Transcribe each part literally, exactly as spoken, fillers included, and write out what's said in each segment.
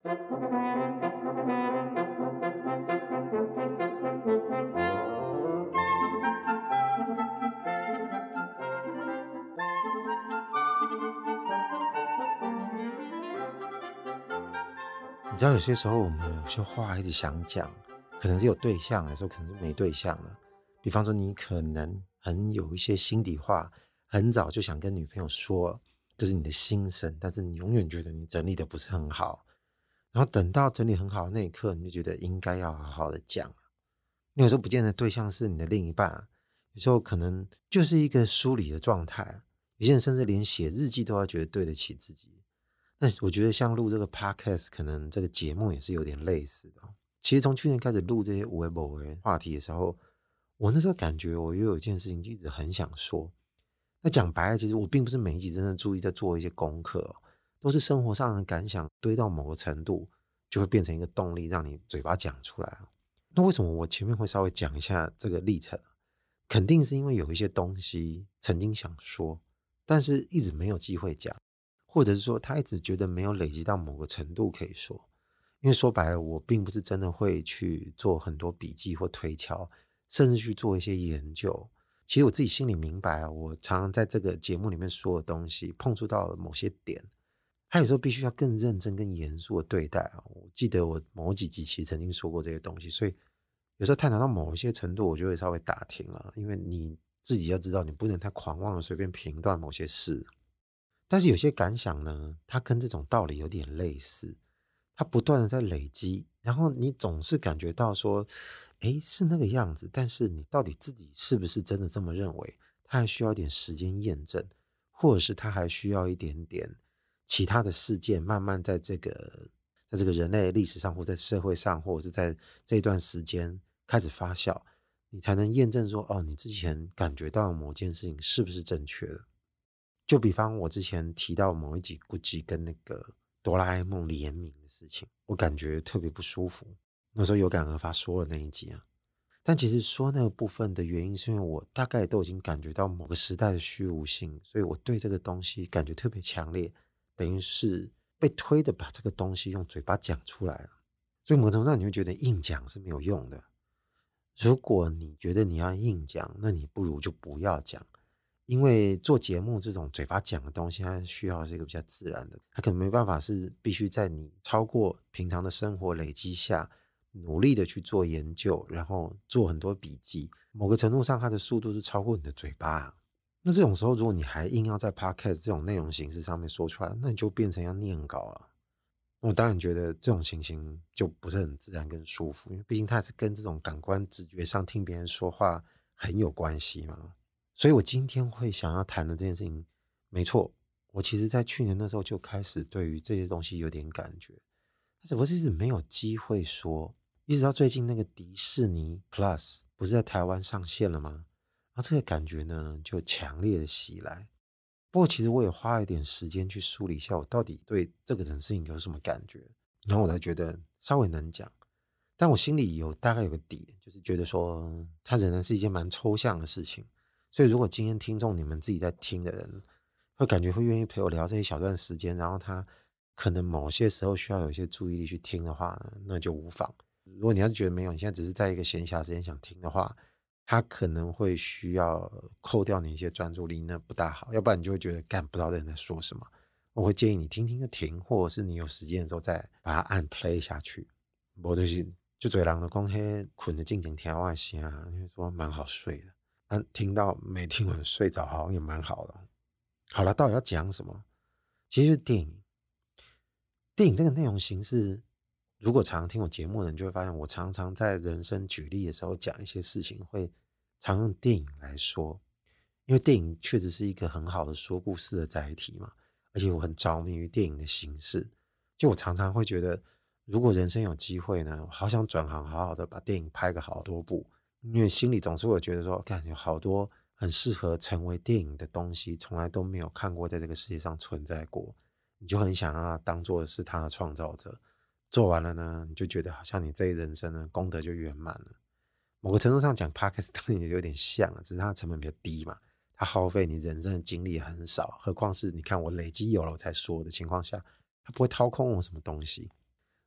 你知道有些时候我们有些话一直想讲，可能是有对象，有时候可能是没对象了。比方说你可能很有一些心底话，很早就想跟女朋友说，这是你的心声，但是你永远觉得你整理的不是很好，然后等到整理很好的那一刻，你就觉得应该要好好的讲。你有时候不见得对象是你的另一半啊，有时候可能就是一个梳理的状态，有些人甚至连写日记都要觉得对得起自己。那我觉得像录这个 podcast 可能这个节目也是有点类似的。其实从去年开始录这些有的没的话题的时候，我那时候感觉我又有一件事情一直很想说。那讲白了，其实我并不是每一集真的注意在做一些功课哦，都是生活上的感想堆到某个程度，就会变成一个动力让你嘴巴讲出来。那为什么我前面会稍微讲一下这个历程？肯定是因为有一些东西曾经想说，但是一直没有机会讲，或者是说他一直觉得没有累积到某个程度可以说。因为说白了，我并不是真的会去做很多笔记或推敲，甚至去做一些研究。其实我自己心里明白啊，我常常在这个节目里面说的东西碰触到了某些点，他有时候必须要更认真更严肃的对待啊。我记得我某几集其实曾经说过这些东西，所以有时候探讨到某一些程度，我就会稍微打停了，因为你自己要知道，你不能太狂妄的随便评断某些事。但是有些感想呢，它跟这种道理有点类似，它不断的在累积，然后你总是感觉到说，诶，是那个样子，但是你到底自己是不是真的这么认为，它还需要一点时间验证，或者是它还需要一点点其他的事件慢慢在这个在这个人类历史上，或在社会上，或者是在这段时间开始发酵，你才能验证说，哦，你之前感觉到某件事情是不是正确的。就比方我之前提到某一集 Gucci 跟那个哆啦 A 梦联名的事情，我感觉特别不舒服，那时候有感而发说了那一集啊。但其实说那个部分的原因是因为我大概都已经感觉到某个时代的虚无性，所以我对这个东西感觉特别强烈，等于是被推的把这个东西用嘴巴讲出来了。所以某种程度上你会觉得硬讲是没有用的。如果你觉得你要硬讲，那你不如就不要讲。因为做节目这种嘴巴讲的东西，它需要是一个比较自然的，它可能没办法是必须在你超过平常的生活累积下，努力的去做研究，然后做很多笔记，某个程度上它的速度是超过你的嘴巴啊。那这种时候如果你还硬要在 podcast 这种内容形式上面说出来，那你就变成要念稿了。我当然觉得这种情形就不是很自然跟舒服，因为毕竟它是跟这种感官直觉上听别人说话很有关系嘛。所以我今天会想要谈的这件事情，没错，我其实在去年那时候就开始对于这些东西有点感觉，但是我一直没有机会说，一直到最近那个迪士尼 Plus 不是在台湾上线了吗？然后这个感觉呢就强烈的袭来。不过其实我也花了一点时间去梳理一下我到底对这个事情有什么感觉，然后我才觉得稍微能讲。但我心里有大概有个底，就是觉得说它仍然是一件蛮抽象的事情。所以如果今天听众你们自己在听的人，会感觉会愿意陪我聊这一小段时间，然后他可能某些时候需要有一些注意力去听的话，那就无妨。如果你要是觉得没有，你现在只是在一个闲暇时间想听的话，他可能会需要扣掉你一些专注力，那不大好，要不然你就会觉得干不知道的人在说什么。我会建议你听听就停，或者是你有时间的时候再把它按 play 下去。不就是就多人都说那困的静静听我的声，因为说蛮好睡的。但听到没听完睡着好像也蛮好的。好了，到底要讲什么？其实就是电影。电影这个内容形式，如果常常听我节目的人就会发现，我常常在人生举例的时候讲一些事情，会常用电影来说，因为电影确实是一个很好的说故事的载体嘛，而且我很着迷于电影的形式。就我常常会觉得，如果人生有机会呢，我好想转行，好好的把电影拍个好多部，因为心里总是会觉得说，干有好多很适合成为电影的东西，从来都没有看过在这个世界上存在过，你就很想让它当做是他的创造者。做完了呢，你就觉得好像你这一人生呢功德就圆满了。某个程度上讲 Podcast 当然也有点像，只是它的成本比较低嘛，它耗费你人生的精力很少，何况是你看我累积有了我才说的情况下，它不会掏空我什么东西。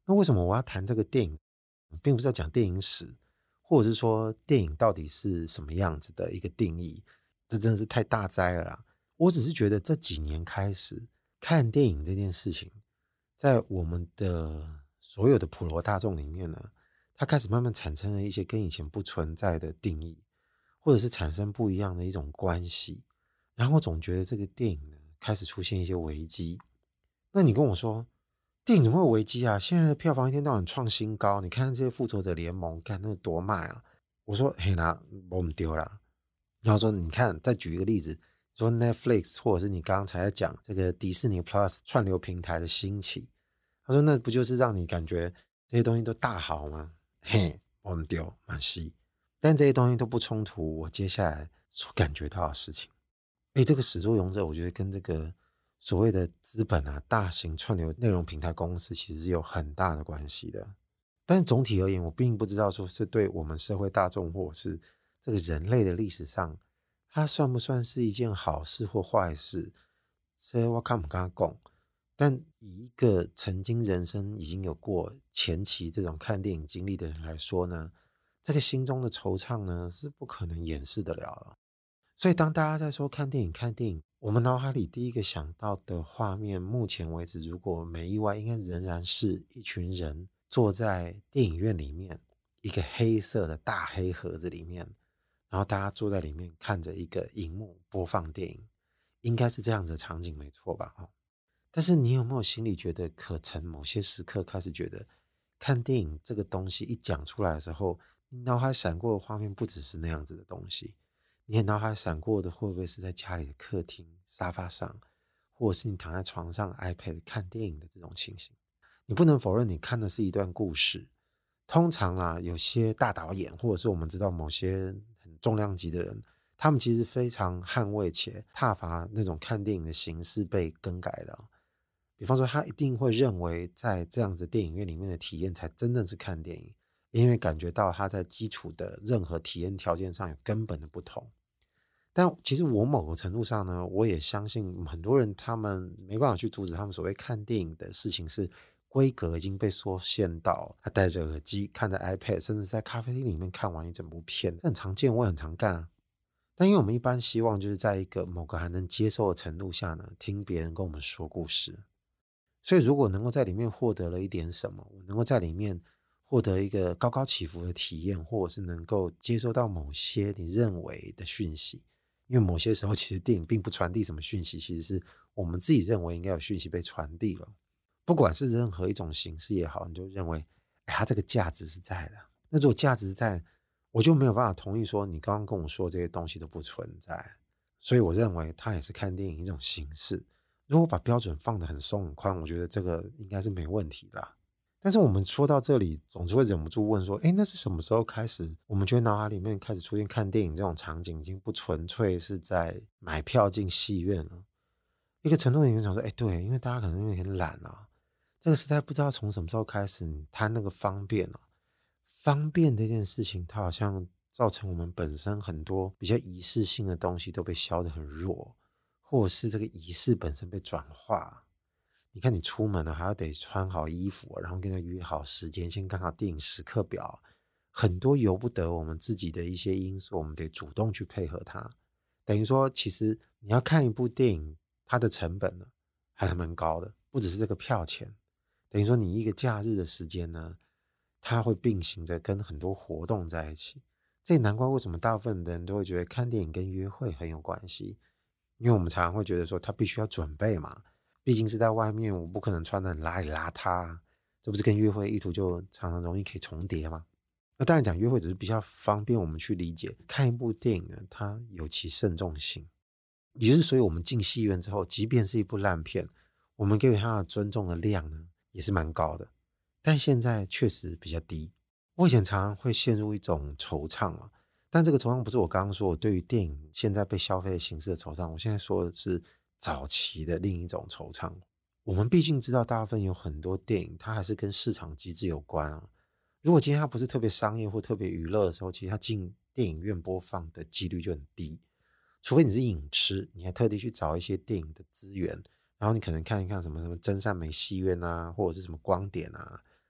那为什么我要谈这个电影，并不是在讲电影史，或者是说电影到底是什么样子的一个定义，这真的是太大灾了啦。我只是觉得这几年开始看电影这件事情，在我们的所有的普罗大众里面呢，它开始慢慢产生了一些跟以前不存在的定义，或者是产生不一样的一种关系。然后我总觉得这个电影呢，开始出现一些危机。那你跟我说，电影怎么会有危机啊？现在的票房一天到晚创新高，你看这些复仇者联盟，看那个多卖啊！我说嘿啦，我们丢啦。然后说你看，再举一个例子，说 Netflix 或者是你刚才在讲这个迪士尼 Plus 串流平台的兴起，他说那不就是让你感觉这些东西都大好吗？嘿，我们丢蛮细，但这些东西都不冲突我接下来所感觉到的事情。诶，这个始作俑者我觉得跟这个所谓的资本啊，大型串流内容平台公司其实是有很大的关系的。但是总体而言，我并不知道说是对我们社会大众或者是这个人类的历史上，它算不算是一件好事或坏事，这我看不跟他讲。但以一个曾经人生已经有过前期这种看电影经历的人来说呢，这个心中的惆怅呢是不可能掩饰得了的。所以当大家在说看电影看电影，我们脑海里第一个想到的画面，目前为止如果没意外，应该仍然是一群人坐在电影院里面，一个黑色的大黑盒子里面，然后大家坐在里面看着一个荧幕播放电影，应该是这样子的场景没错吧？但是你有没有心里觉得，可曾某些时刻开始觉得，看电影这个东西一讲出来的时候，你脑海闪过的画面不只是那样子的东西，你脑海闪过的会不会是在家里的客厅沙发上，或者是你躺在床上 iPad 看电影的这种情形？你不能否认你看的是一段故事。通常啦，有些大导演或者是我们知道某些很重量级的人，他们其实非常捍卫且挞伐那种看电影的形式被更改的。比方说他一定会认为在这样子电影院里面的体验才真正是看电影，因为感觉到他在基础的任何体验条件上有根本的不同。但其实我某个程度上呢，我也相信很多人他们没办法去阻止他们所谓看电影的事情，是规格已经被缩限到他戴着耳机看着 iPad， 甚至在咖啡厅里面看完一整部片，这很常见，我也很常干啊。但因为我们一般希望就是在一个某个还能接受的程度下呢，听别人跟我们说故事。所以如果能够在里面获得了一点什么，我能够在里面获得一个高高起伏的体验，或者是能够接收到某些你认为的讯息，因为某些时候其实电影并不传递什么讯息，其实是我们自己认为应该有讯息被传递了。不管是任何一种形式也好，你就认为哎，它这个价值是在的。那如果价值在，我就没有办法同意说你刚刚跟我说这些东西都不存在。所以我认为它也是看电影一种形式。如果把标准放得很松很宽，我觉得这个应该是没问题啦。但是我们说到这里，总是会忍不住问说，诶，那是什么时候开始，我们觉得脑海里面开始出现看电影这种场景，已经不纯粹是在买票进戏院了。一个程度，你会想说，诶，对，因为大家可能有点懒啊。这个时代不知道从什么时候开始，你谈那个方便啊，方便这件事情，它好像造成我们本身很多比较仪式性的东西都被消得很弱。或者是这个仪式本身被转化。你看你出门了还要得穿好衣服，然后跟他约好时间，先看好电影时刻表，很多由不得我们自己的一些因素，我们得主动去配合它。等于说其实你要看一部电影，它的成本呢还蛮高的，不只是这个票钱。等于说你一个假日的时间呢，它会并行着跟很多活动在一起。这也难怪为什么大部分的人都会觉得看电影跟约会很有关系。因为我们常常会觉得说他必须要准备嘛，毕竟是在外面，我不可能穿得很邋里邋遢啊，这不是跟约会意图就常常容易可以重叠吗？那当然讲约会只是比较方便我们去理解，看一部电影呢，它有其慎重性，也就是所以我们进戏院之后，即便是一部烂片，我们给予它的尊重的量呢也是蛮高的，但现在确实比较低。我以前常常会陷入一种惆怅啊，但这个惆怅不是我刚刚说我对于电影现在被消费的形式的惆怅，我现在说的是早期的另一种惆怅。我们毕竟知道大部分有很多电影它还是跟市场机制有关啊。如果今天它不是特别商业或特别娱乐的时候，其实它进电影院播放的几率就很低，除非你是影痴，你还特地去找一些电影的资源，然后你可能看一看什么什么真善美戏院啊，或者是什么光点啊，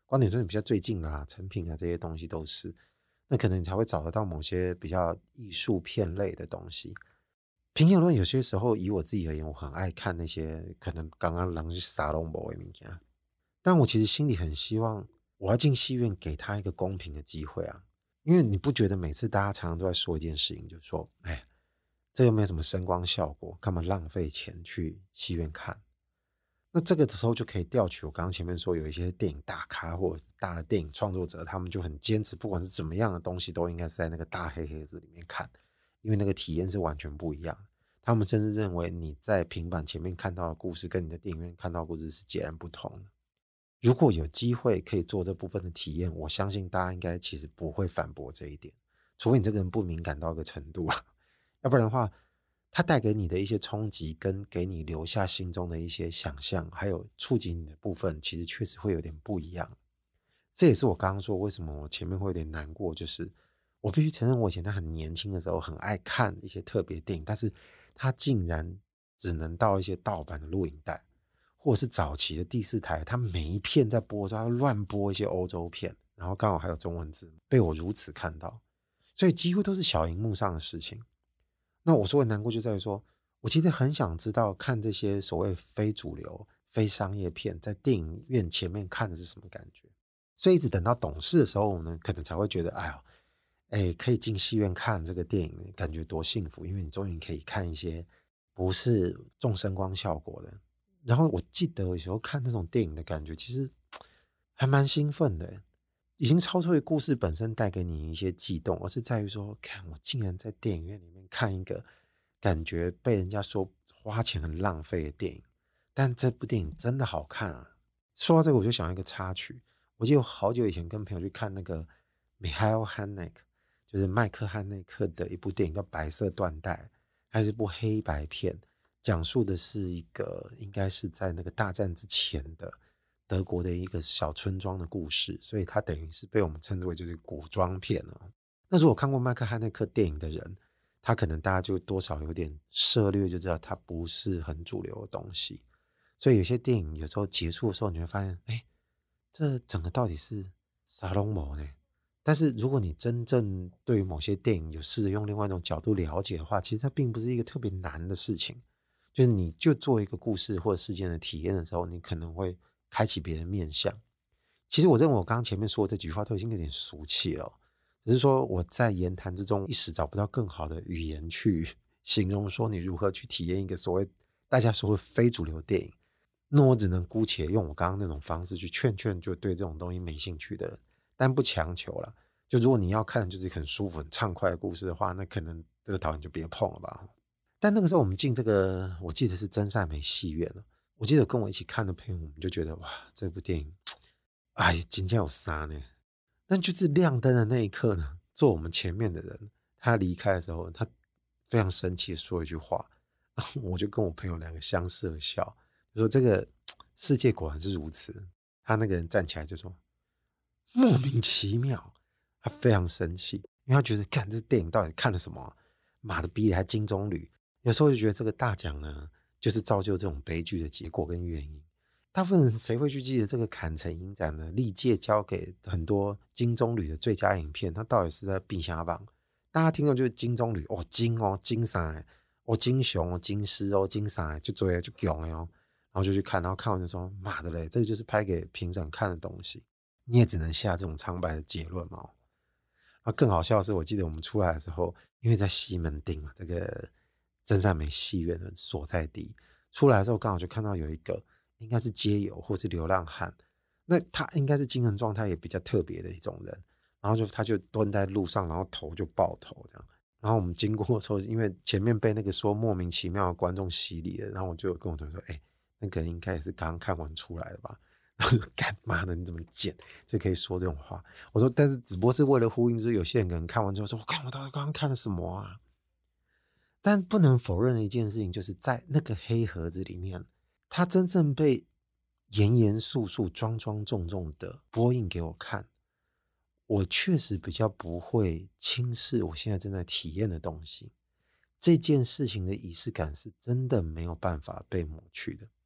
光点村比较最近的啦，成品啊这些东西都是，那可能你才会找得到某些比较艺术片类的东西。平行论有些时候以我自己而言，我很爱看那些可能刚刚人去撒龙博的物件，但我其实心里很希望我要进戏院给他一个公平的机会啊，因为你不觉得每次大家常常都在说一件事情，就是说，哎，这又没有什么声光效果，干嘛浪费钱去戏院看？那这个的时候就可以调取我刚刚前面说有一些电影大咖或者是大的电影创作者，他们就很坚持，不管是怎么样的东西，都应该是在那个大黑盒子里面看，因为那个体验是完全不一样。他们甚至认为你在平板前面看到的故事，跟你在电影院看到的故事是截然不同的。如果有机会可以做这部分的体验，我相信大家应该其实不会反驳这一点，除非你这个人不敏感到一个程度啊，要不然的话，它带给你的一些冲击，跟给你留下心中的一些想象，还有触及你的部分，其实确实会有点不一样。这也是我刚刚说为什么我前面会有点难过，就是我必须承认，我以前在很年轻的时候很爱看一些特别电影，但是它竟然只能到一些盗版的录影带，或者是早期的第四台，它每一片在播的时候，它乱播一些欧洲片，然后刚好还有中文字，被我如此看到，所以几乎都是小荧幕上的事情。那我说的难过就在于说，我其实很想知道看这些所谓非主流、非商业片，在电影院前面看的是什么感觉。所以一直等到懂事的时候呢，可能才会觉得，哎呦，哎，可以进戏院看这个电影，感觉多幸福，因为你终于可以看一些不是重声光效果的。然后我记得有时候看那种电影的感觉，其实还蛮兴奋的，已经超出于故事本身带给你一些悸动，而是在于说，看我竟然在电影院里面看一个感觉被人家说花钱很浪费的电影，但这部电影真的好看啊！说到这个，我就想一个插曲，我记得我好久以前跟朋友去看那个 Michael Haneke， 就是麦克汉内克的一部电影叫《白色缎带》，它是一部黑白片，讲述的是一个应该是在那个大战之前的德国的一个小村庄的故事，所以它等于是被我们称之为就是古装片哦。那如果看过麦克汉内克电影的人，他可能大家就多少有点涉略，就知道它不是很主流的东西。所以有些电影有时候结束的时候，你会发现，哎，这整个到底是啥龙魔呢？但是如果你真正对于某些电影有试着用另外一种角度了解的话，其实它并不是一个特别难的事情。就是你就做一个故事或者事件的体验的时候，你可能会开启别人面向。其实我认为我刚刚前面说的这几句话都已经有点俗气了，只是说我在言谈之中一时找不到更好的语言去形容说你如何去体验一个所谓大家说的非主流电影。那我只能姑且用我刚刚那种方式去劝劝就对这种东西没兴趣的人，但不强求啦。就如果你要看就是很舒服很畅快的故事的话，那可能这个导演就别碰了吧。但那个时候我们进这个，我记得是真善美戏院了。我记得跟我一起看的朋友，我们就觉得哇，这部电影，哎，今天有杀呢。但就是亮灯的那一刻呢，坐我们前面的人，他离开的时候，他非常生气的说一句话，我就跟我朋友两个相视而笑，就说这个世界果然是如此。他那个人站起来就说莫名其妙，他非常生气，因为他觉得看这电影到底看了什么啊，妈的逼的还金棕榈。有时候就觉得这个大奖呢，就是造就这种悲剧的结果跟原因。大部分人谁会去记得这个坎城影展呢？历届交给很多金棕榈的最佳影片，它到底是在避下榜？大家听到就是金棕榈哦，金哦，金啥哦，金熊哦，金狮哦，金啥就追就囧哦，然后就去看，然后看完就说妈的嘞，这个就是拍给评审看的东西，你也只能下这种苍白的结论嘛。啊，更好笑的是，我记得我们出来的时候，因为在西门町嘛，这个真善美戏院的所在地，出来的时候刚好就看到有一个应该是街友或是流浪汉，那他应该是精神状态也比较特别的一种人，然后就他就蹲在路上，然后头就爆头这样，然后我们经过的时候，因为前面被那个说莫名其妙的观众洗礼了，然后我就跟我同学说，哎、欸，那个人应该也是刚刚看完出来的吧。然后说干妈的你怎么贱就可以说这种话。我说但是只不过是为了呼应，就是有些人可能看完之后说我看我到底刚刚看了什么啊。但不能否认的一件事情，就是在那个黑盒子里面，它真正被严严肃肃庄庄重重的播映给我看，我确实比较不会轻视我现在正在体验的东西。这件事情的仪式感是真的没有办法被抹去的。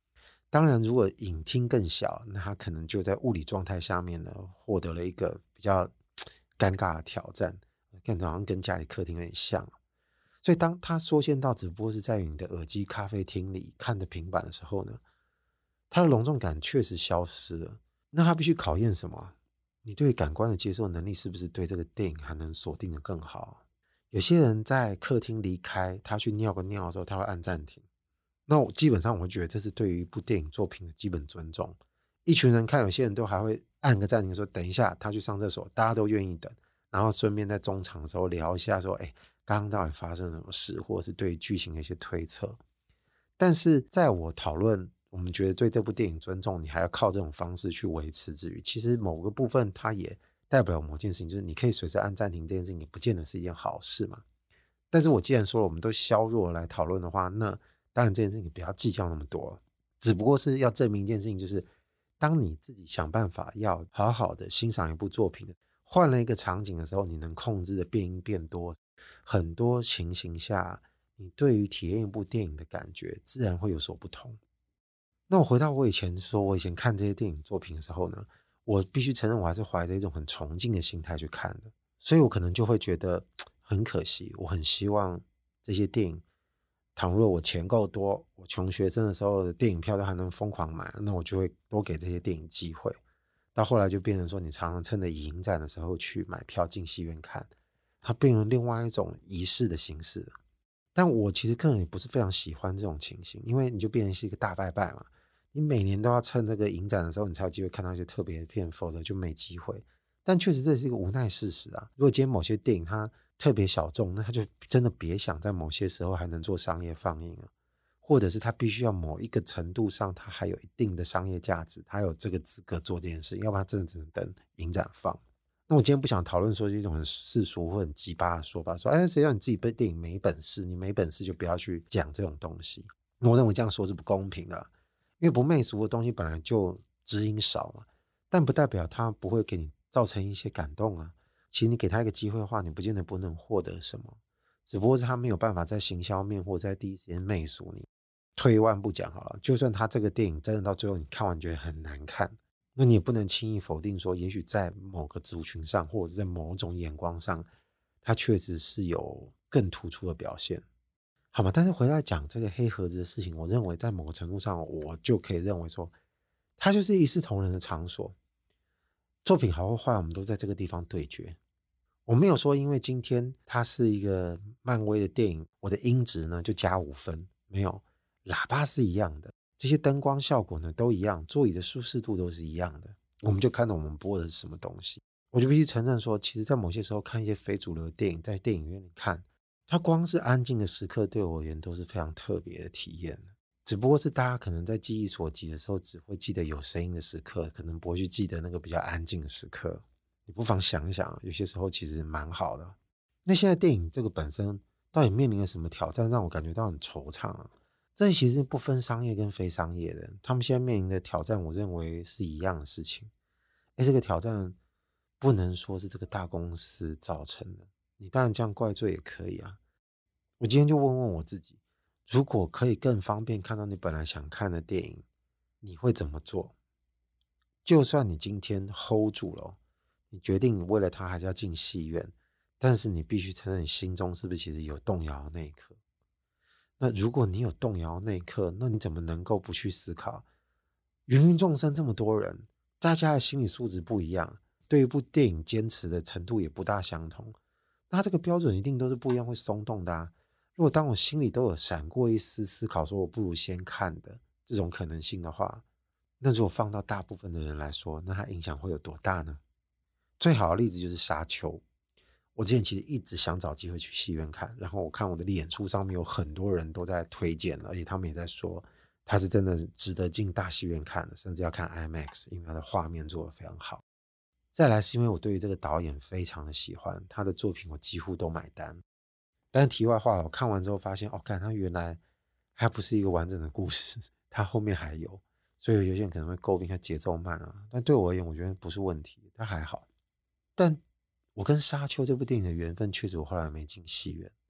当然如果影厅更小，那他可能就在物理状态下面呢获得了一个比较尴尬的挑战，看好像跟家里客厅有点像。所以当它缩限到只不过是在于你的耳机咖啡厅里看的平板的时候呢，它的隆重感确实消失了。那它必须考验什么？你对感官的接受能力是不是对这个电影还能锁定的更好？有些人在客厅离开，他去尿个尿的时候，他会按暂停。那我基本上我会觉得这是对于一部电影作品的基本尊重。一群人看，有些人都还会按个暂停说等一下他去上厕所，大家都愿意等，然后顺便在中场的时候聊一下说哎，刚刚到底发生了什么事，或者是对剧情的一些推测。但是在我讨论我们觉得对这部电影尊重，你还要靠这种方式去维持之余，其实某个部分它也代表某件事情，就是你可以随时按暂停这件事情也不见得是一件好事嘛。但是我既然说了我们都削弱来讨论的话，那当然这件事情不要计较那么多，只不过是要证明一件事情，就是当你自己想办法要好好的欣赏一部作品，换了一个场景的时候，你能控制的变音变多，很多情形下你对于体验一部电影的感觉自然会有所不同。那我回到我以前说我以前看这些电影作品的时候呢，我必须承认我还是怀着一种很崇敬的心态去看的，所以我可能就会觉得很可惜，我很希望这些电影，倘若我钱够多，我穷学生的时候的电影票都还能疯狂买，那我就会多给这些电影机会。到后来就变成说你常常趁着影展的时候去买票进戏院看，它变成另外一种仪式的形式。但我其实个人也不是非常喜欢这种情形，因为你就变成是一个大拜拜嘛，你每年都要趁这个影展的时候你才有机会看到一些特别的片，否则就没机会。但确实这是一个无奈事实啊，如果今天某些电影它特别小众，那它就真的别想在某些时候还能做商业放映了，或者是它必须要某一个程度上它还有一定的商业价值，它有这个资格做这件事，要不然它真的只能等影展放。那我今天不想讨论说是一种很世俗或很鸡巴的说法，说哎，谁让你自己被电影没本事，你没本事就不要去讲这种东西。我认为这样说是不公平的啦，因为不媚俗的东西本来就知音少嘛，但不代表它不会给你造成一些感动啊。其实你给他一个机会的话，你不见得不能获得什么，只不过是他没有办法在行销面或在第一时间媚俗你。退一万步讲好了，就算他这个电影真的到最后你看完觉得很难看，那你也不能轻易否定说也许在某个族群上或者是在某种眼光上它确实是有更突出的表现，好吗？但是回来讲这个黑盒子的事情，我认为在某个程度上我就可以认为说它就是一视同仁的场所，作品好或坏我们都在这个地方对决。我没有说因为今天它是一个漫威的电影我的音质呢就加五分，没有，喇叭是一样的，这些灯光效果呢都一样，座椅的舒适度都是一样的，我们就看到我们播的是什么东西。我就必须承认说，其实在某些时候看一些非主流的电影，在电影院里看，它光是安静的时刻对我而言都是非常特别的体验，只不过是大家可能在记忆所及的时候只会记得有声音的时刻，可能不会去记得那个比较安静的时刻。你不妨想一想，有些时候其实蛮好的。那现在电影这个本身到底面临了什么挑战，让我感觉到很惆怅啊？这其实不分商业跟非商业的，他们现在面临的挑战我认为是一样的事情。诶，这个挑战不能说是这个大公司造成的，你当然这样怪罪也可以啊。我今天就问问我自己，如果可以更方便看到你本来想看的电影，你会怎么做？就算你今天 hold 住了，你决定你为了他还是要进戏院，但是你必须承认你心中是不是其实有动摇的那一刻。那如果你有动摇的那一刻，那你怎么能够不去思考芸芸众生这么多人，大家的心理素质不一样，对一部电影坚持的程度也不大相同，那这个标准一定都是不一样，会松动的啊。如果当我心里都有闪过一丝思考说我不如先看的这种可能性的话，那如果放到大部分的人来说，那它影响会有多大呢？最好的例子就是沙丘，我之前其实一直想找机会去戏院看，然后我看我的脸书上面有很多人都在推荐，而且他们也在说它是真的值得进大戏院看的，甚至要看 IMAX， 因为它的画面做得非常好。再来是因为我对于这个导演非常的喜欢，他的作品我几乎都买单。但是题外话了，我看完之后发现哦，看他原来还不是一个完整的故事，他后面还有，所以有些人可能会诟病他节奏慢啊，但对我而言我觉得不是问题，他还好。但我跟沙丘这部电影的缘分确实我后来没进戏院，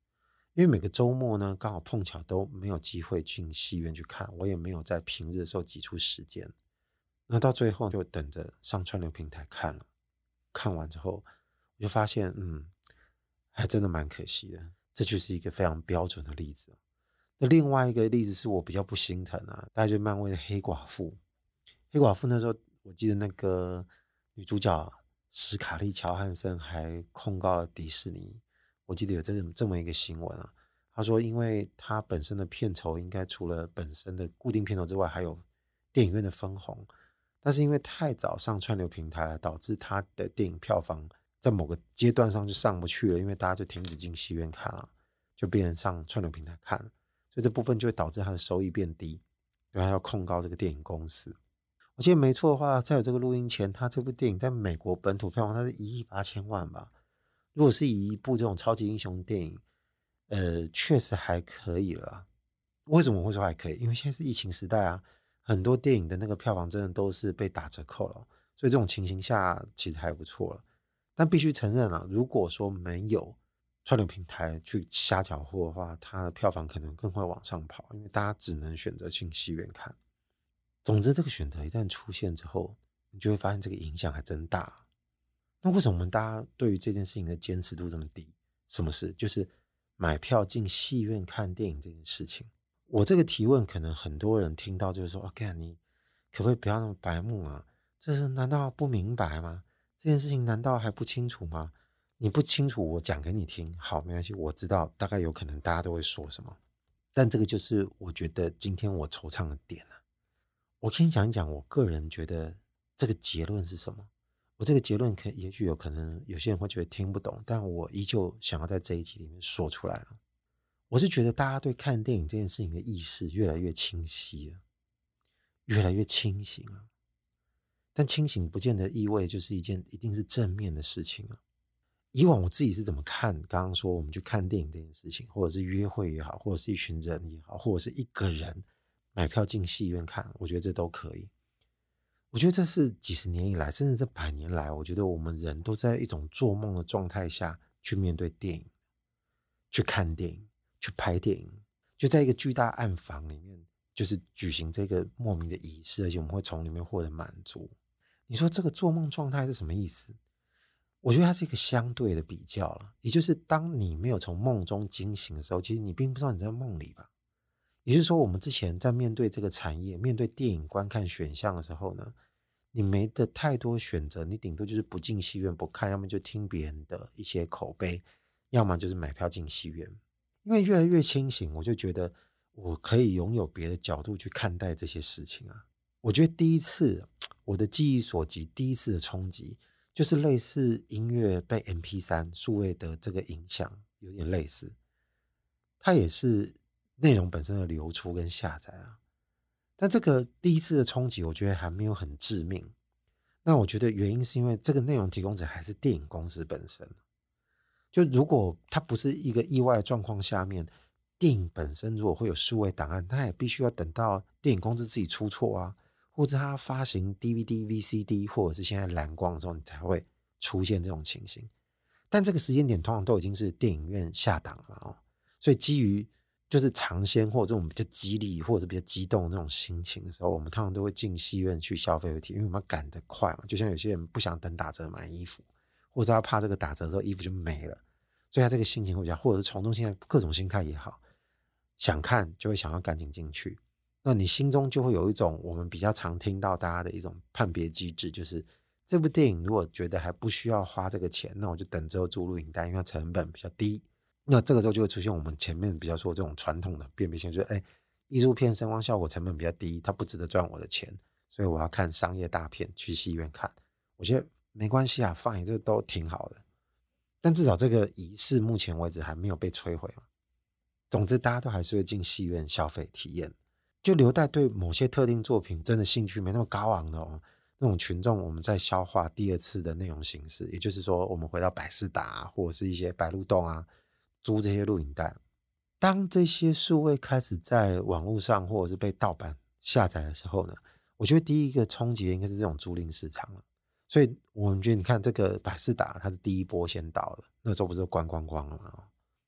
因为每个周末呢，刚好碰巧都没有机会进戏院去看，我也没有在平日的时候挤出时间。那到最后就等着上串流平台看了，看完之后我就发现，嗯，还真的蛮可惜的。这就是一个非常标准的例子。那另外一个例子是我比较不心疼啊，大概就是漫威的黑寡妇。黑寡妇那时候我记得那个女主角史卡利乔汉森还控告了迪士尼，我记得有这这么一个新闻啊。他说因为他本身的片酬应该除了本身的固定片酬之外，还有电影院的分红，但是因为太早上串流平台了，导致他的电影票房在某个阶段上就上不去了，因为大家就停止进戏院看了，就变成上串流平台看了，所以这部分就会导致他的收益变低，因为他要控告这个电影公司。我记得没错的话，在有这个录音前，他这部电影在美国本土票房它是一亿八千万吧。如果是以一部这种超级英雄电影，呃，确实还可以了。为什么我会说还可以？因为现在是疫情时代啊，很多电影的那个票房真的都是被打折扣了，所以这种情形下其实还不错了。但必须承认啊，如果说没有串流平台去瞎搅和的话，它的票房可能更会往上跑，因为大家只能选择进戏院看。总之，这个选择一旦出现之后，你就会发现这个影响还真大。那为什么我们大家对于这件事情的坚持度这么低？什么事？就是买票进戏院看电影这件事情。我这个提问可能很多人听到就是说，哦，干你可不可以不要那么白目啊？这是难道不明白吗？这件事情难道还不清楚吗？你不清楚，我讲给你听。好，没关系，我知道大概有可能大家都会说什么，但这个就是我觉得今天我惆怅的点啊。我先讲一讲我个人觉得这个结论是什么。我这个结论可也许有可能有些人会觉得听不懂，但我依旧想要在这一集里面说出来了。我是觉得大家对看电影这件事情的意识越来越清晰了，越来越清醒了。但清醒不见得意味就是一件一定是正面的事情啊。以往我自己是怎么看刚刚说我们去看电影这件事情，或者是约会也好，或者是一群人也好，或者是一个人买票进戏院看，我觉得这都可以。我觉得这是几十年以来，甚至这百年来，我觉得我们人都在一种做梦的状态下去面对电影，去看电影，去拍电影，就在一个巨大暗房里面，就是举行这个莫名的仪式，而且我们会从里面获得满足。你说这个做梦状态是什么意思？我觉得它是一个相对的比较了，也就是当你没有从梦中惊醒的时候，其实你并不知道你在梦里吧。也就是说，我们之前在面对这个产业，面对电影观看选项的时候呢，你没得太多选择，你顶多就是不进戏院不看，要么就听别人的一些口碑，要么就是买票进戏院。因为越来越清醒，我就觉得我可以拥有别的角度去看待这些事情啊。我觉得第一次我的记忆所及，第一次的冲击，就是类似音乐被 M P 三 数位的这个影响，有点类似。它也是内容本身的流出跟下载啊。但这个第一次的冲击，我觉得还没有很致命。那我觉得原因是因为这个内容提供者还是电影公司本身。就如果它不是一个意外的状况下面，电影本身如果会有数位档案，它也必须要等到电影公司自己出错啊，或者它发行 D V D、V C D 或者是现在蓝光的时候，你才会出现这种情形。但这个时间点通常都已经是电影院下档了哦，所以基于就是尝鲜或者这种比较激励或者比较激动的那种心情的时候，我们通常都会进戏院去消费体，因为我们要赶得快嘛。就像有些人不想等打折买衣服，或者他怕这个打折之后衣服就没了，所以他这个心情会比较，或者是从中现在各种心态也好，想看就会想要赶紧进去。那你心中就会有一种我们比较常听到大家的一种判别机制，就是这部电影如果觉得还不需要花这个钱，那我就等之后租录影带，因为它成本比较低。那这个时候就会出现我们前面比较说这种传统的辨别性，就是哎，艺术片声光效果成本比较低，它不值得赚我的钱，所以我要看商业大片，去戏院看。我觉得没关系啊，放映这都挺好的。但至少这个仪式目前为止还没有被摧毁嘛。总之，大家都还是会进戏院消费体验，就留待对某些特定作品真的兴趣没那么高昂的哦，那种群众，我们在消化第二次的内容形式，也就是说，我们回到百视达啊，或者是一些白鹿洞啊，租这些录影带。当这些数位开始在网络上或者是被盗版下载的时候呢，我觉得第一个冲击应该是这种租赁市场了。所以我们觉得，你看这个百视达，它是第一波先到的，那时候不是关光光了吗？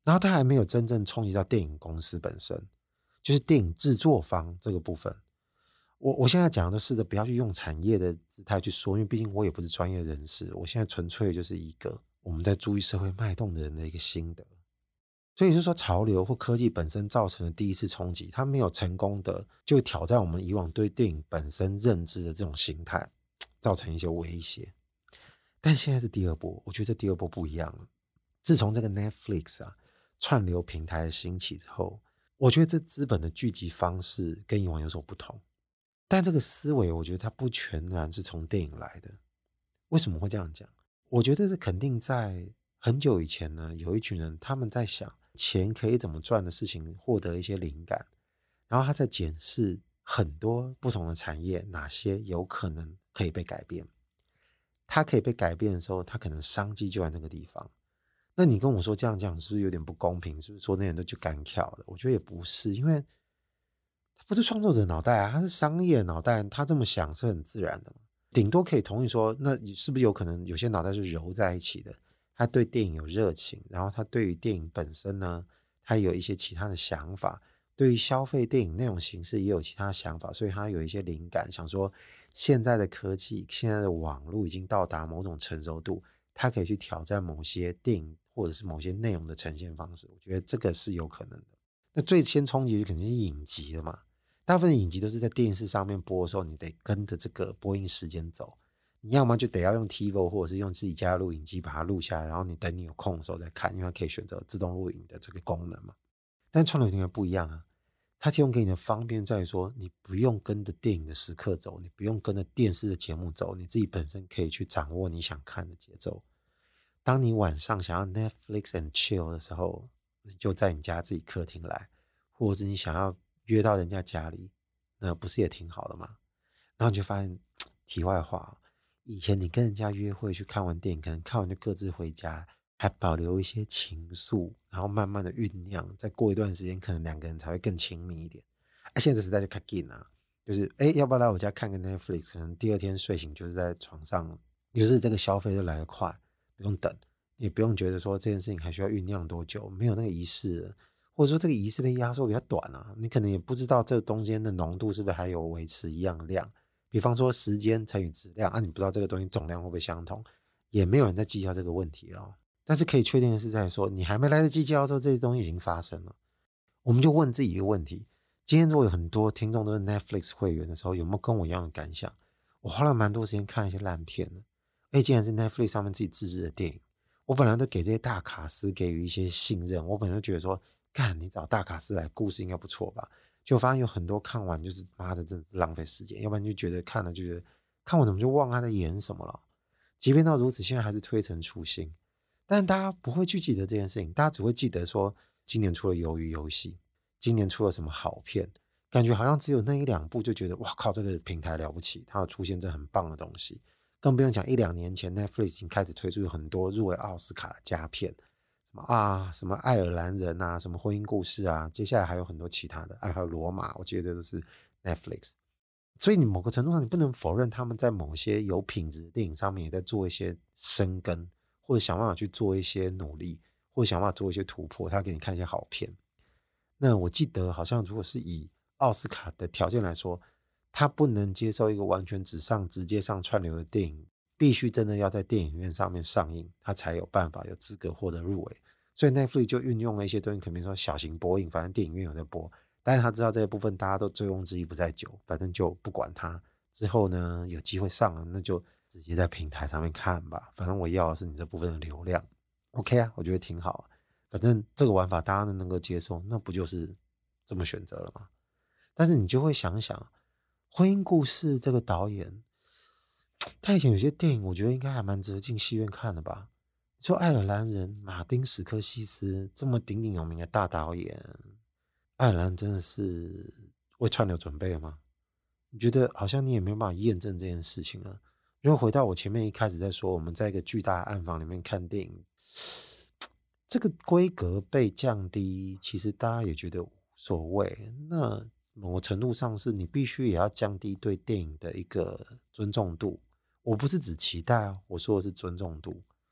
然后它还没有真正冲击到电影公司本身，就是电影制作方这个部分。我我现在讲的都试着不要去用产业的姿态去说，因为毕竟我也不是专业人士，我现在纯粹就是一个我们在注意社会脉动的人的一个心得。所以就是说，潮流或科技本身造成的第一次冲击，它没有成功的就挑战我们以往对电影本身认知的这种形态，造成一些威胁。但现在是第二波，我觉得这第二波不一样了。自从这个 Netflix 啊串流平台的兴起之后，我觉得这资本的聚集方式跟以往有所不同。但这个思维，我觉得它不全然是从电影来的。为什么会这样讲？我觉得是肯定在很久以前呢，有一群人他们在想钱可以怎么赚的事情，获得一些灵感，然后他在检视很多不同的产业，哪些有可能可以被改变。它可以被改变的时候，它可能商机就在那个地方。那你跟我说这样讲是不是有点不公平？是不是说那人都去干跳了？我觉得也不是，因为他不是创作者脑袋啊，他是商业脑袋，他这么想是很自然的嘛。顶多可以同意说，那是不是有可能有些脑袋是揉在一起的？他对电影有热情，然后他对于电影本身呢，他有一些其他的想法，对于消费电影那种形式也有其他的想法，所以他有一些灵感，想说现在的科技、现在的网络已经到达某种成熟度，他可以去挑战某些电影或者是某些内容的呈现方式。我觉得这个是有可能的。那最先冲击就肯定是影集了嘛。大部分的影集都是在电视上面播的时候，你得跟着这个播映时间走。你要么就得要用 TiVo 或者是用自己家的录影机把它录下来，然后你等你有空的时候再看，因为它可以选择自动录影的这个功能嘛。但串流平台不一样啊，它提供给你的方便在于说，你不用跟着电影的时刻走，你不用跟着电视的节目走，你自己本身可以去掌握你想看的节奏。当你晚上想要 Netflix and chill 的时候，你就在你家自己客厅来，或者是你想要约到人家家里，那不是也挺好的吗？然后你就发现，题外话，以前你跟人家约会去看完电影，可能看完就各自回家，还保留一些情愫，然后慢慢的酝酿，再过一段时间，可能两个人才会更亲密一点。啊，现在时代就太紧啊，就是哎，要不要来我家看个 Netflix？可能第二天睡醒就是在床上，就是这个消费就来得快，不用等，也不用觉得说这件事情还需要酝酿多久，没有那个仪式了，或者说这个仪式被压缩比较短啊，你可能也不知道这中间的浓度是不是还有维持一样量。比方说时间乘以质量啊，你不知道这个东西总量会不会相同，也没有人在计较这个问题哦。但是可以确定的是在说，你还没来得及计较的时候，这些东西已经发生了。我们就问自己一个问题：今天如果有很多听众都是 Netflix 会员的时候，有没有跟我一样的感想？我花了蛮多时间看一些烂片的，哎，竟然是 Netflix 上面自己自制的电影。我本来都给这些大卡司给予一些信任，我本来就觉得说，干你找大卡司来，故事应该不错吧？就发现有很多看完就是妈的，真的是浪费时间。要不然就觉得看了就觉得看完怎么就忘他在演什么了。即便到如此，现在还是推陈出新，但大家不会去记得这件事情，大家只会记得说今年出了鱿鱼游戏，今年出了什么好片，感觉好像只有那一两部就觉得哇靠，这个平台了不起，它有出现这很棒的东西。更不用讲一两年前 Netflix 已经开始推出很多入围奥斯卡的佳片，什么啊，什么爱尔兰人啊，什么婚姻故事啊，接下来还有很多其他的，还有罗马，我记得都是 Netflix。所以你某个程度上，你不能否认他们在某些有品质的电影上面也在做一些深耕，或者想办法去做一些努力，或者想办法做一些突破，他给你看一些好片。那我记得好像如果是以奥斯卡的条件来说，他不能接受一个完全只上直接上串流的电影，必须真的要在电影院上面上映，他才有办法有资格获得入围。所以 Netflix 就运用了一些东西，可能说小型播映，反正电影院有在播，但是他知道这个部分大家都醉翁之意不在酒，反正就不管它。之后呢，有机会上了，那就直接在平台上面看吧，反正我要的是你这部分的流量。 OK 啊，我觉得挺好，反正这个玩法大家能够接受，那不就是这么选择了吗？但是你就会想想，婚姻故事这个导演，他以前有些电影我觉得应该还蛮值得进戏院看的吧。你说爱尔兰人马丁史科西斯这么鼎鼎有名的大导演，爱尔兰真的是为串流准备了吗？你觉得好像你也没有办法验证这件事情了。如果回到我前面一开始在说，我们在一个巨大的暗房里面看电影，这个规格被降低，其实大家也觉得无所谓。那某个程度上是你必须也要降低对电影的一个尊重度。我不是指期待啊，我说的是尊重度。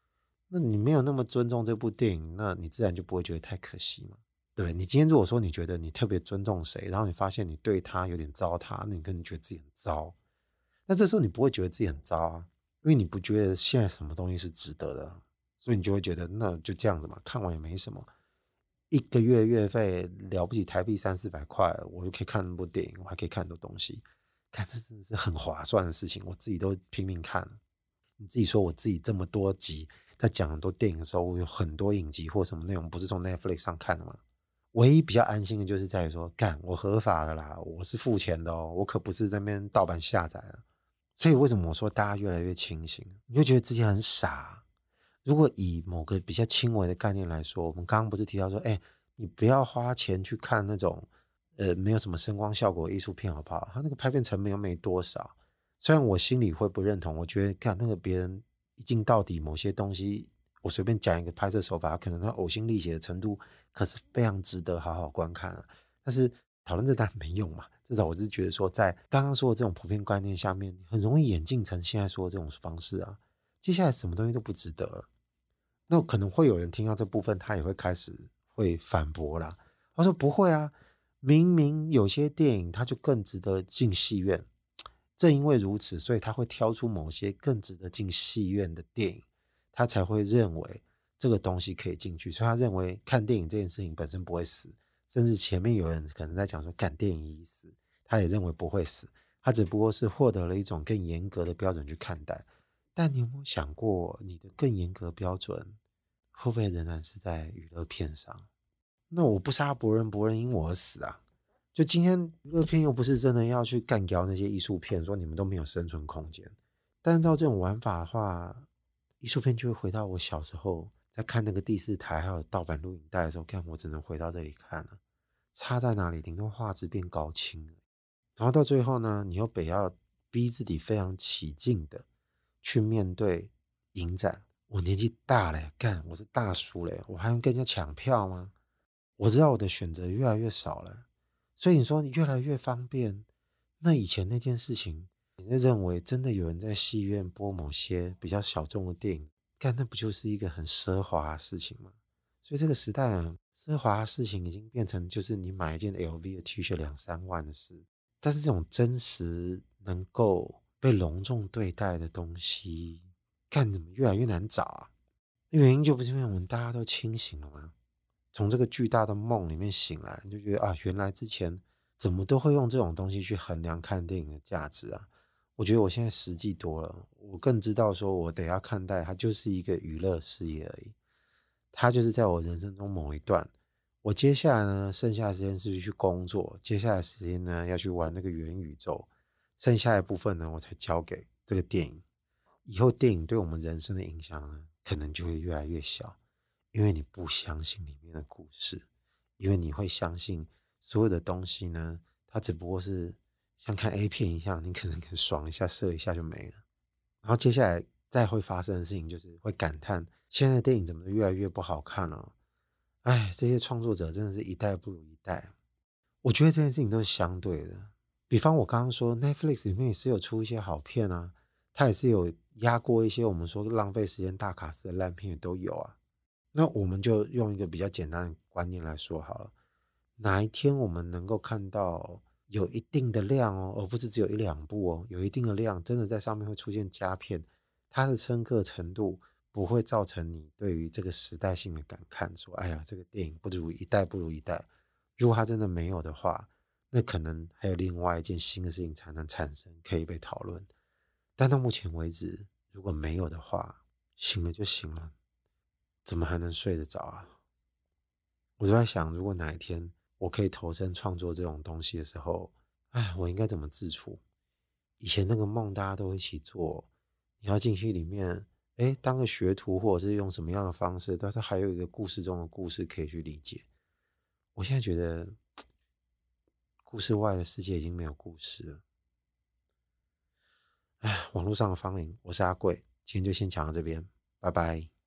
那你没有那么尊重这部电影，那你自然就不会觉得太可惜嘛。对，你今天如果说你觉得你特别尊重谁，然后你发现你对他有点糟蹋，那你可能觉得自己很糟。那这时候你不会觉得自己很糟啊，因为你不觉得现在什么东西是值得的，所以你就会觉得那就这样子嘛，看完也没什么。一个月月费了不起台币三四百块，我就可以看那部电影，我还可以看很多东西。看这真的是很划算的事情，我自己都拼命看了。你自己说我自己这么多集在讲很多电影的时候，我有很多影集或什么内容不是从 Netflix 上看的吗？唯一比较安心的就是在于说，干我合法的啦，我是付钱的哦，我可不是在那边盗版下载了。所以为什么我说大家越来越清醒？你会觉得自己很傻。如果以某个比较轻微的概念来说，我们刚刚不是提到说，哎、欸，你不要花钱去看那种呃没有什么声光效果的艺术片，好不好？它那个拍片成本又没多少。虽然我心里会不认同，我觉得看那个别人一镜到底某些东西，我随便讲一个拍摄手法，可能它呕心沥血的程度，可是非常值得好好观看啊。但是讨论这当然没用嘛，至少我是觉得说，在刚刚说的这种普遍观念下面，很容易演进成现在说的这种方式啊。接下来什么东西都不值得了。那可能会有人听到这部分，他也会开始会反驳啦。他说不会啊，明明有些电影它就更值得进戏院，正因为如此，所以他会挑出某些更值得进戏院的电影，他才会认为这个东西可以进去。所以他认为看电影这件事情本身不会死，甚至前面有人可能在讲说干电影已死，他也认为不会死，他只不过是获得了一种更严格的标准去看待。但你有没有想过，你的更严格标准会不会仍然是在娱乐片上？那我不杀伯仁，伯仁因我而死啊！就今天娱乐片又不是真的要去干掉那些艺术片，说你们都没有生存空间。但是照这种玩法的话，艺术片就会回到我小时候在看那个第四台还有盗版录影带的时候，看我只能回到这里看了。差在哪里？顶多画质变高清了。然后到最后呢，你又得要逼自己非常起劲的去面对影展。我年纪大了，干，我是大叔了，我还用跟人家抢票吗？我知道我的选择越来越少了，所以你说你越来越方便，那以前那件事情，你就认为真的有人在戏院播某些比较小众的电影，干，那不就是一个很奢华的事情吗？所以这个时代啊，奢华的事情已经变成就是你买一件 L V 的 T 恤两三万的事。但是这种真实能够被隆重对待的东西，干怎么越来越难找啊？原因就不是因为我们大家都清醒了吗？从这个巨大的梦里面醒来，你就觉得啊，原来之前怎么都会用这种东西去衡量看电影的价值啊。我觉得我现在实际多了，我更知道说我得要看待它就是一个娱乐事业而已。它就是在我人生中某一段，我接下来呢，剩下的时间是去工作，接下来的时间呢要去玩那个元宇宙，剩下的部分呢我才交给这个电影。以后电影对我们人生的影响呢，可能就会越来越小，因为你不相信里面的故事，因为你会相信所有的东西呢，它只不过是像看 A 片一样，你可能可以爽一下射一下就没了。然后接下来再会发生的事情就是会感叹现在的电影怎么越来越不好看了。哎，这些创作者真的是一代不如一代。我觉得这件事情都是相对的。比方我刚刚说 Netflix 里面也是有出一些好片啊，它也是有压过一些我们说浪费时间大卡司的烂片也都有啊。那我们就用一个比较简单的观念来说好了，哪一天我们能够看到有一定的量哦，而不是只有一两部哦，有一定的量真的在上面会出现佳片，它的深刻程度不会造成你对于这个时代性的感慨，说哎呀这个电影不如一代不如一代。如果它真的没有的话，那可能还有另外一件新的事情才能产生可以被讨论。但到目前为止，如果没有的话，醒了就醒了，怎么还能睡得着啊？我就在想，如果哪一天我可以投身创作这种东西的时候，哎，我应该怎么自处？以前那个梦大家都一起做，你要进去里面，哎，当个学徒或者是用什么样的方式，但是还有一个故事中的故事可以去理解。我现在觉得故事外的世界已经没有故事了。哎，网络上的芳龄，我是阿贵，今天就先讲到这边，拜拜。